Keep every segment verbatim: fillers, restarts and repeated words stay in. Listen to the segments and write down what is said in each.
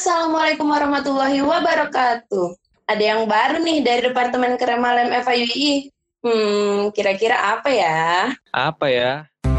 Assalamualaikum warahmatullahi wabarakatuh. Ada yang baru nih dari Departemen Keremalem F A U I. Hmm, kira-kira apa ya? Apa ya?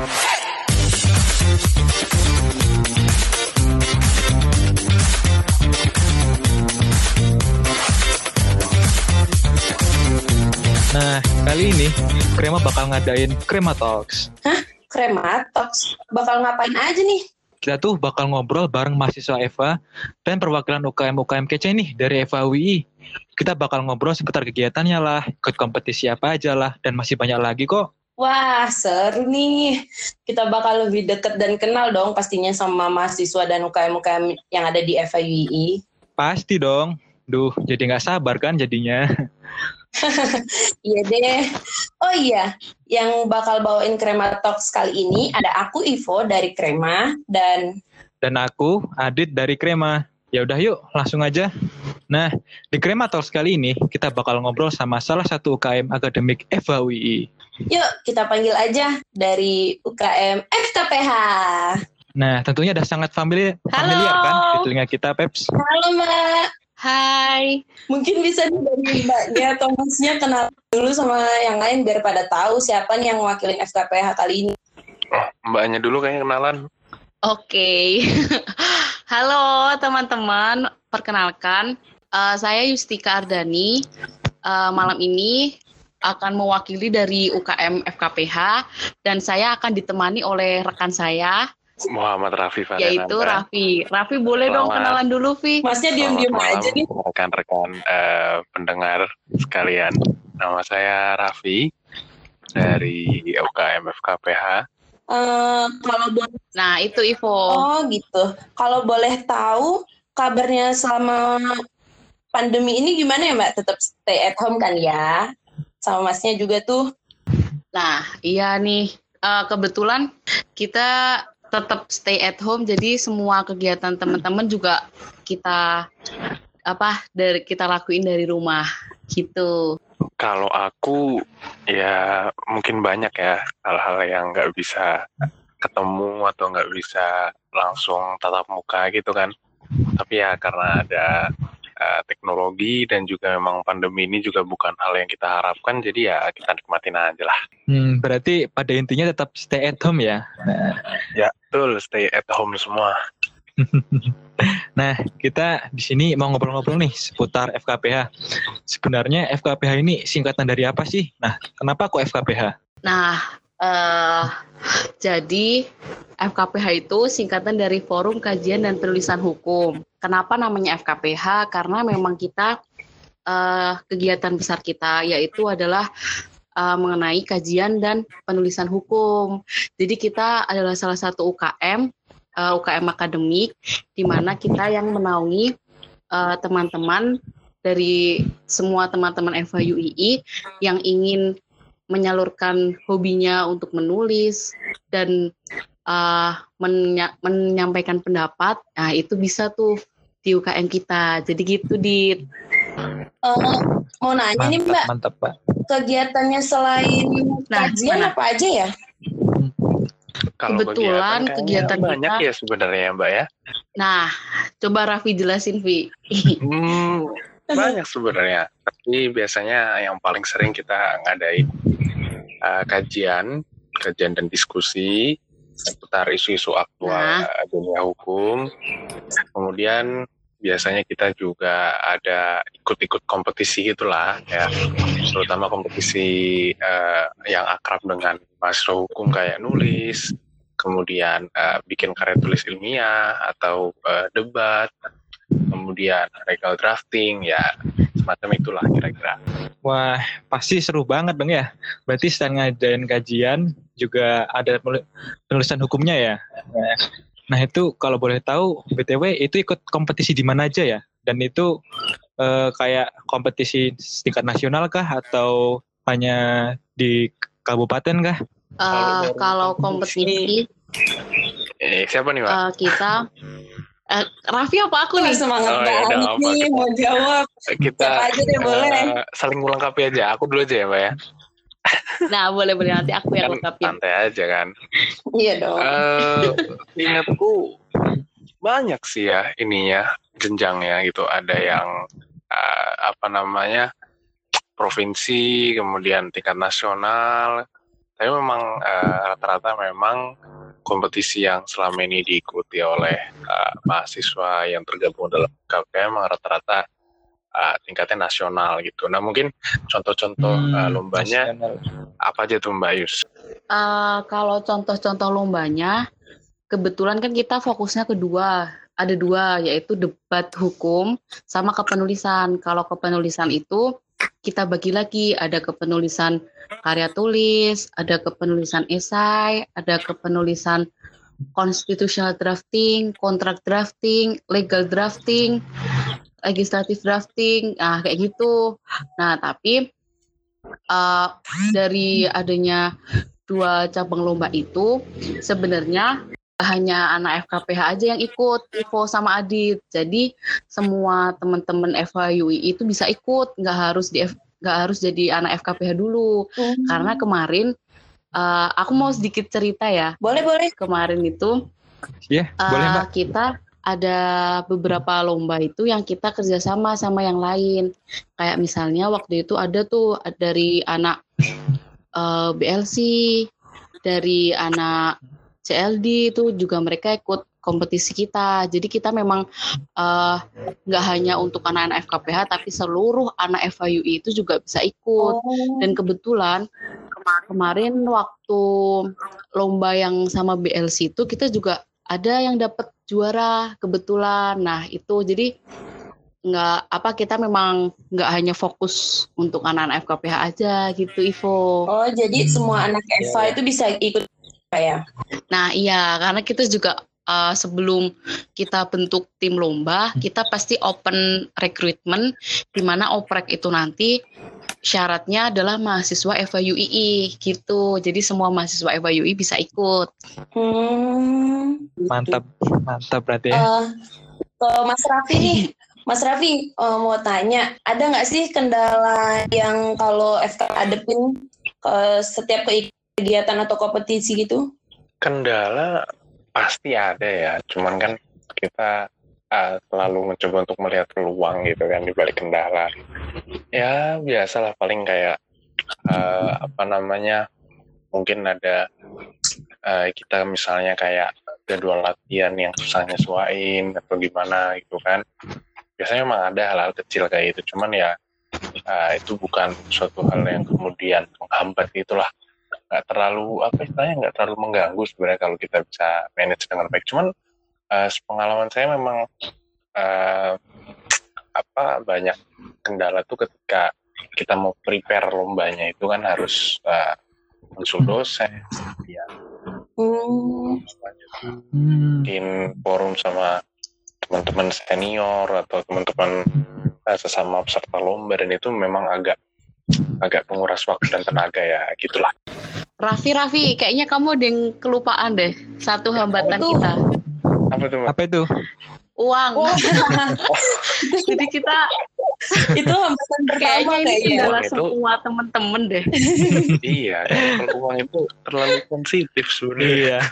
Nah, kali ini Krema bakal ngadain Krema Talks. Hah? Krema Talks? Bakal ngapain aja nih? Kita tuh bakal ngobrol bareng mahasiswa E V A dan perwakilan U K M-U K M kece nih dari F A U I. Kita bakal ngobrol seputar kegiatannya lah, ikut kompetisi apa aja lah, dan masih banyak lagi kok. Wah, seru nih. Kita bakal lebih deket dan kenal dong pastinya sama mahasiswa dan U K M-U K M yang ada di F A U I. Pasti dong. Duh, jadi gak sabar kan jadinya. Iya deh. Oh iya, yang bakal bawain Krema Talks kali ini ada aku Ivo dari Krema dan dan aku Adit dari Krema. Ya udah yuk, langsung aja. Nah, di Krema Talks kali ini kita bakal ngobrol sama salah satu U K M akademik F A U I. Yuk, kita panggil aja dari U K M F K P H. Nah, tentunya udah sangat familiar, familiar kan di telinga kita, Peps. Halo, Mbak. Hai. Mungkin bisa dari Mbaknya atau Masnya kenal dulu sama yang lain biar pada tahu siapa nih yang mewakili F K P H kali ini. Oh, Mbaknya dulu kayaknya kenalan. Oke. Okay. Halo teman-teman, perkenalkan uh, saya Yustika Ardani. Uh, malam ini akan mewakili dari U K M F K P H dan saya akan ditemani oleh rekan saya Muhammad Raffi Farenanda. Yaitu Raffi. Raffi boleh Selamat. dong kenalan dulu, Vi. Masnya diem-diem aja nih. Rekan-rekan uh, pendengar sekalian. Nama saya Raffi dari U K M F K P H. Uh, kalau boleh, nah itu Ivo. Oh gitu. Kalau boleh tahu kabarnya selama pandemi ini gimana ya Mbak? Tetap stay at home kan ya? Sama Masnya juga tuh. Nah iya nih. Uh, kebetulan kita tetap stay at home, jadi semua kegiatan teman-teman juga kita apa dari kita lakuin dari rumah gitu. Kalau aku ya mungkin banyak ya hal-hal yang nggak bisa ketemu atau nggak bisa langsung tatap muka gitu kan. Tapi ya karena ada uh, teknologi dan juga memang pandemi ini juga bukan hal yang kita harapkan, jadi ya kita nikmatin aja lah. Hmm, berarti pada intinya tetap stay at home ya? Nah. Ya, betul, stay at home semua. Nah, kita di sini mau ngobrol-ngobrol nih seputar F K P H. Sebenarnya F K P H ini singkatan dari apa sih? Nah, kenapa kok F K P H? Nah, uh, jadi F K P H itu singkatan dari Forum Kajian dan Penulisan Hukum. Kenapa namanya F K P H? Karena memang kita uh, kegiatan besar kita yaitu adalah Uh, mengenai kajian dan penulisan hukum. Jadi kita adalah salah satu U K M, uh, U K M akademik, di mana kita yang menaungi uh, teman-teman dari semua teman-teman F A U I yang ingin menyalurkan hobinya untuk menulis dan uh, menya- menyampaikan pendapat. Nah itu bisa tuh di U K M kita. Jadi gitu, Dit. Uh, mau nanya mantap, nih Mbak, mantap Pak. Kegiatannya selain nah, kajian mana? apa aja ya? Kalau kebetulan kegiatan, kegiatan banyak kita, ya sebenarnya Mbak ya. Nah, coba Raffi jelasin, Vi. Hmm, banyak sebenarnya. Tapi biasanya yang paling sering kita ngadain uh, kajian, kajian dan diskusi seputar isu-isu aktual nah. dunia hukum. Kemudian biasanya kita juga ada ikut-ikut kompetisi gitulah ya, terutama kompetisi uh, yang akrab dengan mahasiswa hukum kayak nulis, kemudian uh, bikin karya tulis ilmiah atau uh, debat, kemudian legal drafting ya, semacam itulah kira-kira. Wah, pasti seru banget dong ya. Berarti selain ngadain kajian juga ada penulisan hukumnya ya. Nah itu kalau boleh tahu B T W itu ikut kompetisi di mana aja ya? Dan itu eh, kayak kompetisi tingkat nasional kah atau hanya di kabupaten kah? Uh, kalau kompetisi eh, siapa nih Pak? Uh, kita uh, Raffi apa aku nih? Semangat oh, banget ya, nih mau jawab. Kita aja deh, uh, boleh. Saling melengkapi aja. Aku dulu aja ya Mbak ya. Nah boleh-boleh nanti aku yang kan lengkapin. Santai aja kan. Iya dong. Uh, ingatku banyak sih ya ininya jenjangnya gitu. Ada yang uh, apa namanya provinsi, kemudian tingkat nasional. Tapi memang uh, rata-rata memang kompetisi yang selama ini diikuti oleh uh, mahasiswa yang tergabung dalam F K P H memang rata-rata uh, tingkatnya nasional gitu. Nah mungkin contoh-contoh Hmm, uh, lombanya nasional. apa aja tuh Mbak Yus? Uh, kalau contoh-contoh lombanya, kebetulan kan kita fokusnya kedua, ada dua, yaitu debat hukum sama kepenulisan. Kalau kepenulisan itu kita bagi lagi, ada kepenulisan karya tulis, ada kepenulisan esai, ada kepenulisan constitutional drafting, kontrak drafting, legal drafting, legislative drafting, nah kayak gitu. Nah tapi uh, dari adanya dua cabang lomba itu sebenarnya hanya anak F K P H aja yang ikut, Ivo sama Adit. Jadi semua teman-teman F H U I itu bisa ikut, nggak harus di F, nggak harus jadi anak F K P H dulu. Hmm. Karena kemarin uh, aku mau sedikit cerita ya. Boleh boleh. Kemarin itu, yeah, uh, boleh, Mbak. Kita ada beberapa lomba itu yang kita kerjasama sama yang lain. Kayak misalnya waktu itu ada tuh dari anak uh, B L C, dari anak C L D itu juga mereka ikut kompetisi kita. Jadi kita memang nggak uh, hanya untuk anak-anak F K P H, tapi seluruh anak F H U I itu juga bisa ikut. Oh. Dan kebetulan kemarin waktu lomba yang sama B L C itu kita juga ada yang dapat juara kebetulan. Nah itu jadi nggak apa kita memang nggak hanya fokus untuk anak-anak F K P H aja gitu, Ivo. Oh jadi semua anak F H itu bisa ikut ya? Nah iya, karena kita juga uh, sebelum kita bentuk tim lomba, kita pasti open recruitment, di mana oprek itu nanti syaratnya adalah mahasiswa F H U I gitu. Jadi semua mahasiswa F H U I bisa ikut. Hmm, mantap, mantap berarti ya. Uh, ke Mas Raffi nih, Mas Raffi uh, mau tanya, ada nggak sih kendala yang kalau F K hadepin ke setiap kegiatan atau kompetisi gitu? Kendala pasti ada ya, cuman kan kita uh, selalu mencoba untuk melihat peluang gitu kan di balik kendala. Ya biasalah paling kayak uh, apa namanya, mungkin ada uh, kita misalnya kayak jadwal latihan yang susah nyesuain atau gimana gitu kan. Biasanya memang ada hal-hal kecil kayak itu, cuman ya uh, itu bukan suatu hal yang kemudian menghambat gitulah. Nggak terlalu apa istilahnya nggak terlalu mengganggu sebenarnya kalau kita bisa manage dengan baik. Cuman uh, pengalaman saya memang uh, apa banyak kendala tuh ketika kita mau prepare lombanya itu kan harus uh, konsul dosen, ya, mungkin forum sama teman-teman senior atau teman-teman uh, sesama peserta lomba, dan itu memang agak agak menguras waktu dan tenaga ya gitulah. Raffi, Raffi, kayaknya kamu ada yang kelupaan deh. Satu hambatan apa kita. Apa itu? Apa itu? Uang. Oh. Jadi kita itu hambatan pertama kayaknya ini kendala itu... semua teman-teman deh. Iya, kalau uang itu terlalu sensitif sebenarnya.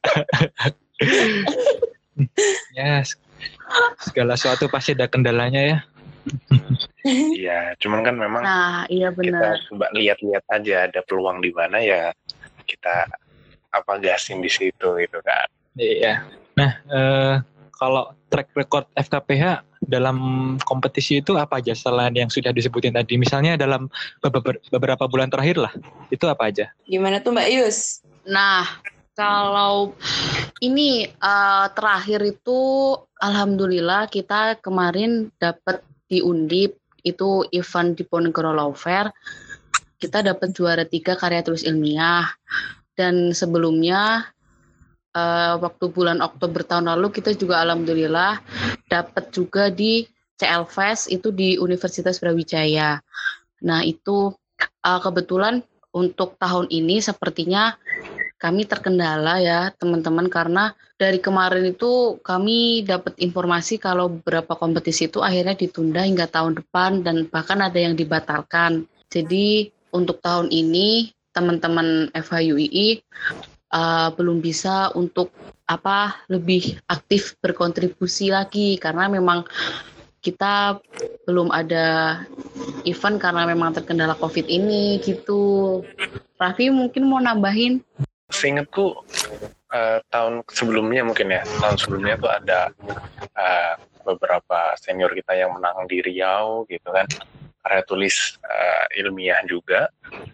Ya, segala sesuatu pasti ada kendalanya ya. Iya, cuman kan memang nah, iya benar. Kita coba lihat-lihat aja ada peluang di mana ya kita apa gasin di situ gitu kan. Iya. Nah, eh, kalau track record F K P H dalam kompetisi itu apa aja selain yang sudah disebutin tadi? Misalnya dalam beberapa bulan terakhir lah, itu apa aja? Gimana tuh Mbak Yus? Nah, kalau ini uh, terakhir itu alhamdulillah kita kemarin dapat di Undip, itu event Diponegoro Law Fair, kita dapat juara tiga karya tulis ilmiah. Dan sebelumnya uh, waktu bulan Oktober tahun lalu kita juga alhamdulillah dapat juga di C L Fest, itu di Universitas Brawijaya. Nah itu uh, kebetulan untuk tahun ini sepertinya kami terkendala ya teman-teman, karena dari kemarin itu kami dapat informasi kalau beberapa kompetisi itu akhirnya ditunda hingga tahun depan dan bahkan ada yang dibatalkan. Jadi untuk tahun ini teman-teman F H U I uh, belum bisa untuk apa lebih aktif berkontribusi lagi karena memang kita belum ada event karena memang terkendala COVID ini gitu. Raffi mungkin mau nambahin? Seingatku uh, tahun sebelumnya mungkin ya, tahun sebelumnya tuh ada uh, beberapa senior kita yang menang di Riau gitu kan, karya tulis uh, ilmiah juga.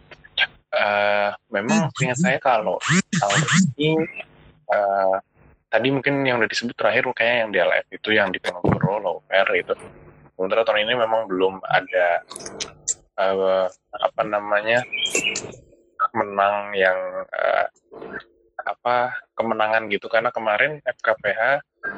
Uh, memang ingat saya kalau tahun ini uh, tadi mungkin yang udah disebut terakhir kayaknya yang di L F itu yang di Ponorogo, Lauper itu. Sementara tahun ini memang belum ada uh, apa namanya menang yang uh, apa kemenangan gitu karena kemarin F K P H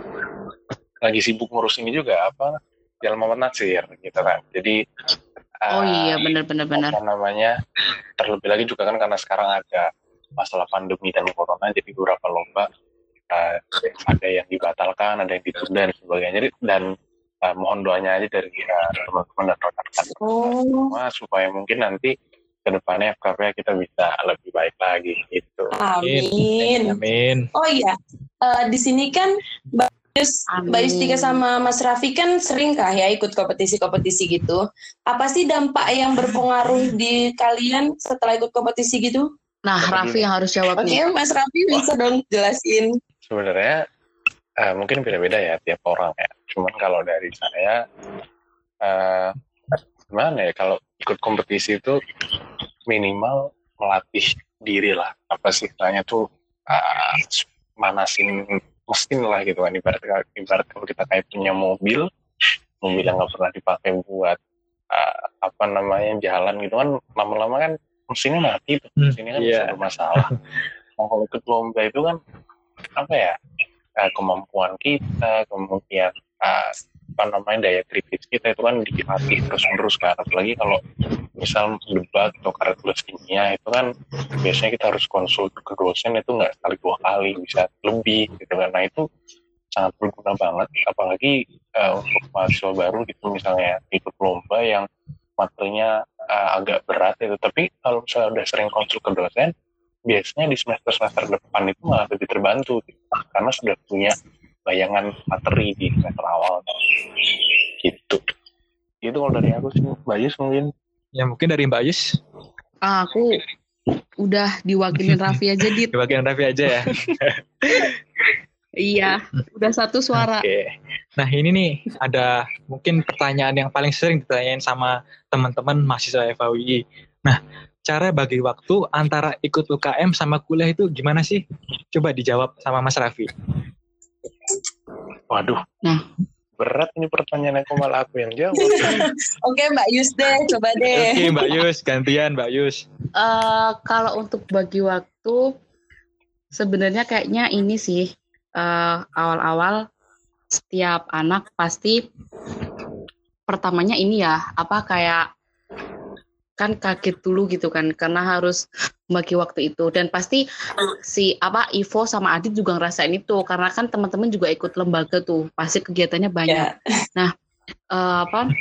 lagi sibuk ngurus ini juga apa Jalan Muhammad Natsir gitu kan. Jadi uh, oh iya benar-benar benar. Apa namanya terlebih lagi juga kan karena sekarang ada masalah pandemi dan corona jadi beberapa lomba uh, ada yang dibatalkan, ada yang ditunda dan sebagainya. Jadi dan uh, mohon doanya aja dari uh, teman-teman dan rekan-rekan Oh. semua supaya mungkin nanti kedepannya F K P H kita bisa lebih baik lagi gitu. Amin. Amin. Oh iya, uh, di sini kan Mbak Yus, Mbak Yustika sama Mas Raffi kan sering kah ya ikut kompetisi-kompetisi gitu? Apa sih dampak yang berpengaruh di kalian setelah ikut kompetisi gitu? Nah, Raffi yang harus jawab Oke, nih. Mas Raffi bisa dong jelasin. Sebenarnya uh, mungkin beda-beda ya tiap orang ya. Cuman kalau dari saya, uh, gimana ya kalau ikut kompetisi itu minimal melatih diri lah. Apa sih istilahnya tuh uh, manasin mesin lah gitu kan. Ibarat, ibarat kalau kita kayak punya mobil, mobil yang nggak pernah dipakai buat uh, apa namanya jalan gitu kan, lama-lama kan mesinnya mati tuh. Mesinnya kan Hmm, bisa yeah. bermasalah. Nah, kalau ikut lomba itu kan apa ya uh, kemampuan kita, kemudian uh, apa namanya daya kritis kita itu kan dilatih terus-menerus kan. Apalagi kalau misal debat atau karya tulis kimia itu kan biasanya kita harus konsul ke dosen itu nggak sekali dua kali, bisa lebih gitu kan. Nah itu sangat berguna banget, apalagi uh, untuk mahasiswa baru gitu misalnya ikut lomba yang materinya uh, agak berat itu. Tapi kalau misalnya udah sering konsul ke dosen, biasanya di semester-semester depan itu malah lebih terbantu gitu, karena sudah punya bayangan materi di semester awal gitu. Itu kalau dari aku sih, Mbak Yus mungkin. Ya mungkin dari Mbak Yus. Ah, aku udah diwakilin Raffi aja, Dit. Diwakilin Raffi aja ya. Iya, udah satu suara. Oke. Nah ini nih ada mungkin pertanyaan yang paling sering ditanyain sama teman-teman mahasiswa F A U I. Nah, cara bagi waktu antara ikut U K M sama kuliah itu gimana sih? Coba dijawab sama Mas Raffi. Waduh. Nah. Berat ini pertanyaan aku malah aku yang jawab. Oke Mbak Yus deh, coba deh. Oke Mbak Yus, gantian Mbak Yus. Uh, kalau untuk bagi waktu, sebenarnya kayaknya ini sih, uh, awal-awal setiap anak pasti pertamanya ini ya, apa kayak kan kaget dulu gitu kan, karena harus bagi waktu itu. Dan pasti si apa Ivo sama Adit juga ngerasain itu, karena kan teman-teman juga ikut lembaga tuh, pasti kegiatannya banyak. Yeah. Nah, uh, apa?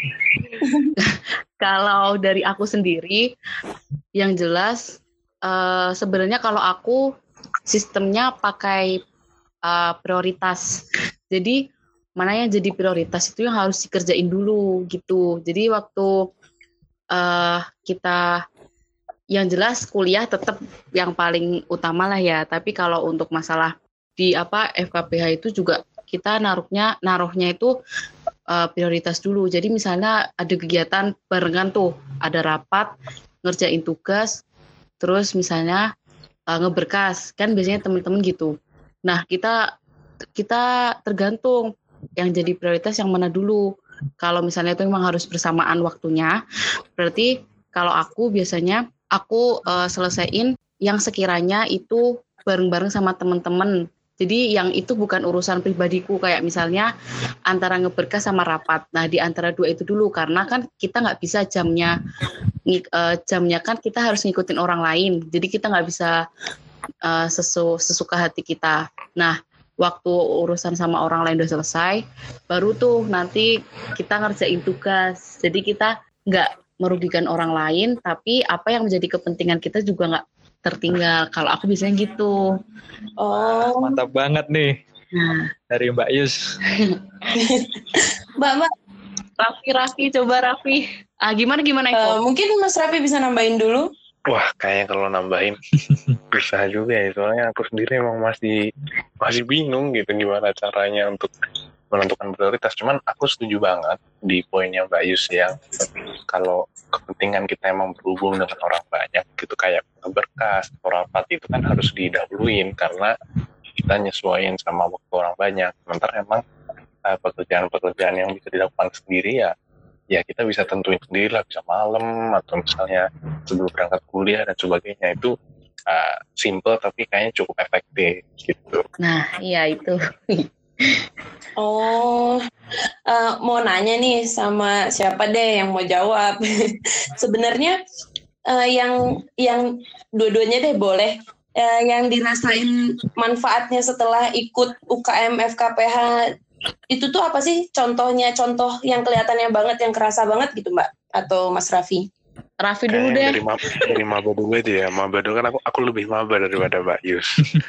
Kalau dari aku sendiri, yang jelas uh, sebenarnya kalau aku sistemnya pakai uh, prioritas. Jadi mana yang jadi prioritas itu yang harus dikerjain dulu gitu. Jadi waktu Uh, kita yang jelas kuliah tetap yang paling utama lah ya, tapi kalau untuk masalah di apa F K P H itu juga kita naruhnya naruhnya itu uh, prioritas dulu. Jadi misalnya ada kegiatan barengan tuh, ada rapat, ngerjain tugas, terus misalnya uh, ngeberkas, kan biasanya teman-teman gitu. Nah kita kita tergantung yang jadi prioritas yang mana dulu. Kalau misalnya itu memang harus bersamaan waktunya, berarti kalau aku biasanya aku uh, selesaiin yang sekiranya itu bareng-bareng sama teman-teman. Jadi yang itu bukan urusan pribadiku, kayak misalnya antara ngeberkas sama rapat. Nah di antara dua itu dulu, karena kan kita nggak bisa jamnya, uh, jamnya kan kita harus ngikutin orang lain. Jadi kita nggak bisa uh, sesu, sesuka hati kita. Nah waktu urusan sama orang lain udah selesai, baru tuh nanti kita ngerjain tugas. Jadi kita nggak merugikan orang lain, tapi apa yang menjadi kepentingan kita juga nggak tertinggal. Kalau aku biasanya gitu. Oh, Mantap banget nih Nah, dari Mbak Yus. Mbak, Mbak, Raffi, Raffi, coba Raffi. Ah, gimana gimana eh, Eko? mungkin Mas Raffi bisa nambahin dulu. Wah, kayaknya kalau nambahin susah juga ya. Soalnya aku sendiri emang masih masih bingung gitu gimana caranya untuk menentukan prioritas. Cuman aku setuju banget di poinnya Mbak Yus yang kalau kepentingan kita emang berhubung dengan orang banyak gitu, kayak berkas atau rapat, itu kan harus didahuluin karena kita nyesuaiin sama waktu orang banyak. Sementara emang uh, pekerjaan-pekerjaan yang bisa dilakukan sendiri ya ya kita bisa tentuin sendiri lah, bisa malam atau misalnya sebelum berangkat kuliah dan sebagainya. Itu uh, simple tapi kayaknya cukup efektif gitu. Nah, iya itu. Oh, eh, mau nanya nih sama siapa deh yang mau jawab. Sebenarnya eh, yang yang dua-duanya deh boleh. Eh, yang dirasain manfaatnya setelah ikut U K M F K P H itu tuh apa sih? Contohnya, contoh yang kelihatannya banget, yang kerasa banget gitu, Mbak? Atau Mas Raffi? Raffi dulu Kayaknya deh. dari maba, dari maba dulu aja ya. Maba dulu kan aku aku lebih maba daripada Mbak Yus.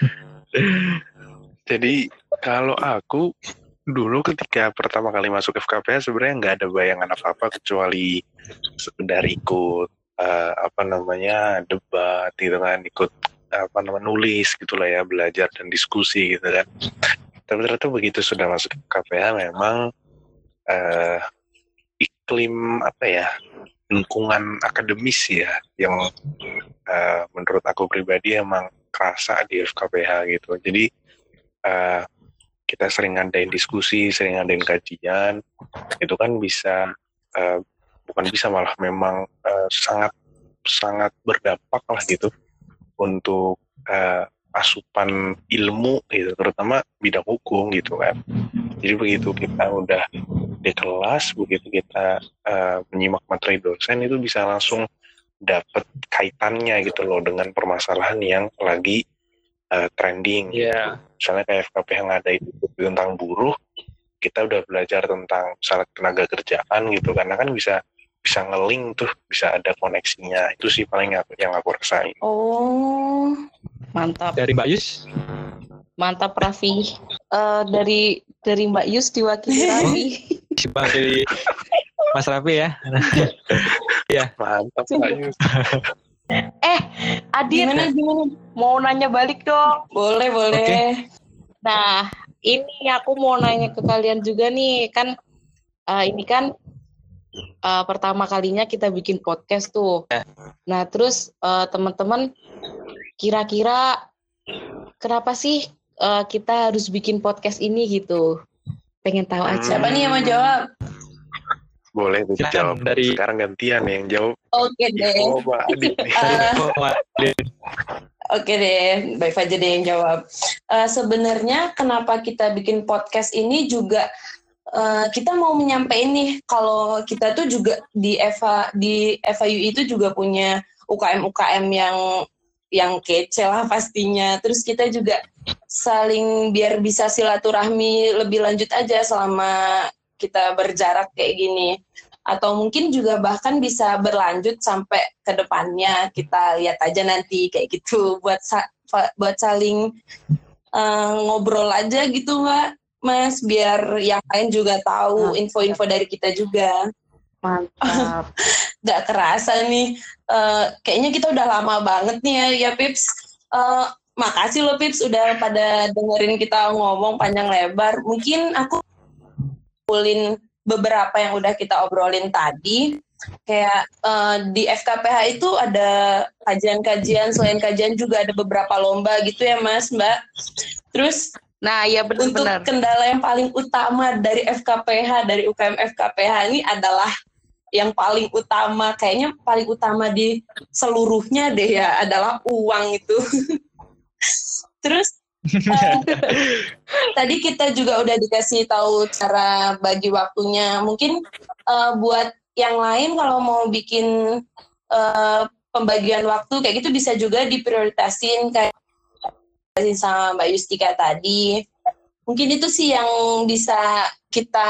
Jadi kalau aku dulu ketika pertama kali masuk F K P H sebenarnya nggak ada bayangan apa-apa kecuali sekedar ikut uh, apa namanya debat gitu kan, ikut apa namanya nulis gitulah ya, belajar dan diskusi gitu kan. Tapi ternyata begitu sudah masuk K P H memang uh, iklim apa ya, lingkungan akademis ya yang uh, menurut aku pribadi emang kerasa di F K P H gitu. Jadi uh, kita sering ngadain diskusi, sering ngadain kajian, itu kan bisa uh, bukan bisa malah memang uh, sangat sangat berdampak lah gitu untuk uh, asupan ilmu gitu, terutama bidang hukum gitu kan. Jadi begitu kita udah di kelas, begitu kita uh, menyimak materi dosen, itu bisa langsung dapat kaitannya gitu loh dengan permasalahan yang lagi uh, trending. Iya. Gitu. Misalnya kayak F K P H ngadain tentang buruh, kita udah belajar tentang misalnya tenaga kerjaan gitu, karena kan bisa bisa nge-link tuh, bisa ada koneksinya. Itu sih paling aku, yang aku rasain. Oh, Mantap. Dari Mbak Yus? Mantap Raffi. Uh, dari dari Mbak Yus diwakili Raffi. Sebagai Mas Raffi ya. Ya. Mantap Pak Yus. Eh, Adit, gimana, gimana? mau nanya balik dong. Boleh, boleh. Oke. Nah, ini aku mau nanya ke kalian juga nih, kan uh, ini kan uh, pertama kalinya kita bikin podcast tuh. Nah, terus uh, teman-teman kira-kira kenapa sih uh, kita harus bikin podcast ini gitu? Pengen tahu aja. Siapa nih yang mau jawab? Boleh tuh Silakan, dijawab. dari- Sekarang gantian yang jawab. Oke deh. Oh, Pak Adit nih. Uh, Oke deh, baik aja deh yang jawab. Uh, sebenarnya kenapa kita bikin podcast ini juga uh, kita mau menyampaikan nih kalau kita tuh juga di Eva di Eva U I itu juga punya U K M U K M yang yang kece lah pastinya. Terus kita juga saling biar bisa silaturahmi lebih lanjut aja selama kita berjarak kayak gini. Atau mungkin juga bahkan bisa berlanjut sampai ke depannya, kita lihat aja nanti kayak gitu, buat sa- buat saling uh, ngobrol aja gitu Mbak Mas, biar yang lain juga tahu info-info dari kita juga. Mantap. Gak kerasa nih, uh, kayaknya kita udah lama banget nih ya, ya Pips. Uh, makasih loh Pips udah pada dengerin kita ngomong panjang lebar. Mungkin aku pulin beberapa yang udah kita obrolin tadi, kayak uh, di F K P H itu ada kajian-kajian, selain kajian juga ada beberapa lomba gitu ya Mas, Mbak. Terus Nah, ya untuk benar-benar. kendala yang paling utama dari F K P H, dari U K M F K P H ini adalah yang paling utama, kayaknya paling utama di seluruhnya deh ya, adalah uang itu. Terus Uh, tadi kita juga udah dikasih tahu cara bagi waktunya. Mungkin uh, buat yang lain kalau mau bikin uh, pembagian waktu kayak gitu bisa juga diprioritasin kayak sama Mbak Yustika tadi. Mungkin itu sih yang bisa kita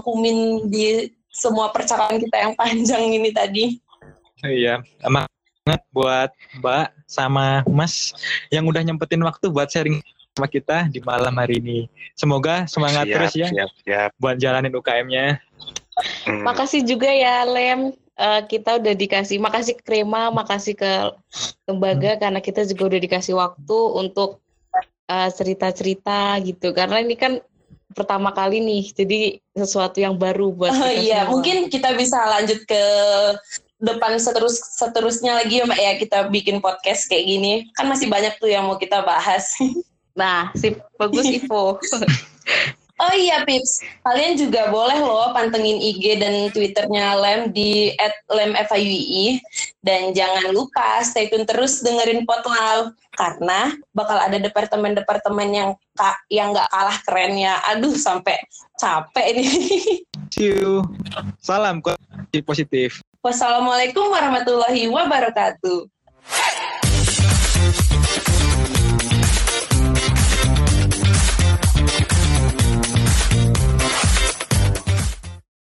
rangkumin di semua percakapan kita yang panjang ini tadi. Iya, emang buat Mbak sama Mas yang udah nyempetin waktu buat sharing sama kita di malam hari ini. Semoga semangat Siap, terus ya siap, siap. buat jalanin U K M-nya. Hmm. Makasih juga ya Lem. Uh, kita udah dikasih, makasih ke Krema, makasih ke Lembaga karena kita juga udah dikasih waktu untuk uh, cerita-cerita gitu. Karena ini kan pertama kali nih, jadi sesuatu yang baru buat Oh kita iya, semua. mungkin kita bisa lanjut ke depan seterus seterusnya lagi ya Mbak ya, kita bikin podcast kayak gini. Kan masih banyak tuh yang mau kita bahas. Nah, sip, bagus Ivo. Oh iya Pips, kalian juga boleh loh pantengin I G dan Twitternya Lem di at lem f i u i dan jangan lupa stay tune terus dengerin Potlau karena bakal ada departemen-departemen yang ka, yang nggak kalah keren ya. Aduh sampai capek nih. See you. Salam positif. Wassalamualaikum warahmatullahi wabarakatuh.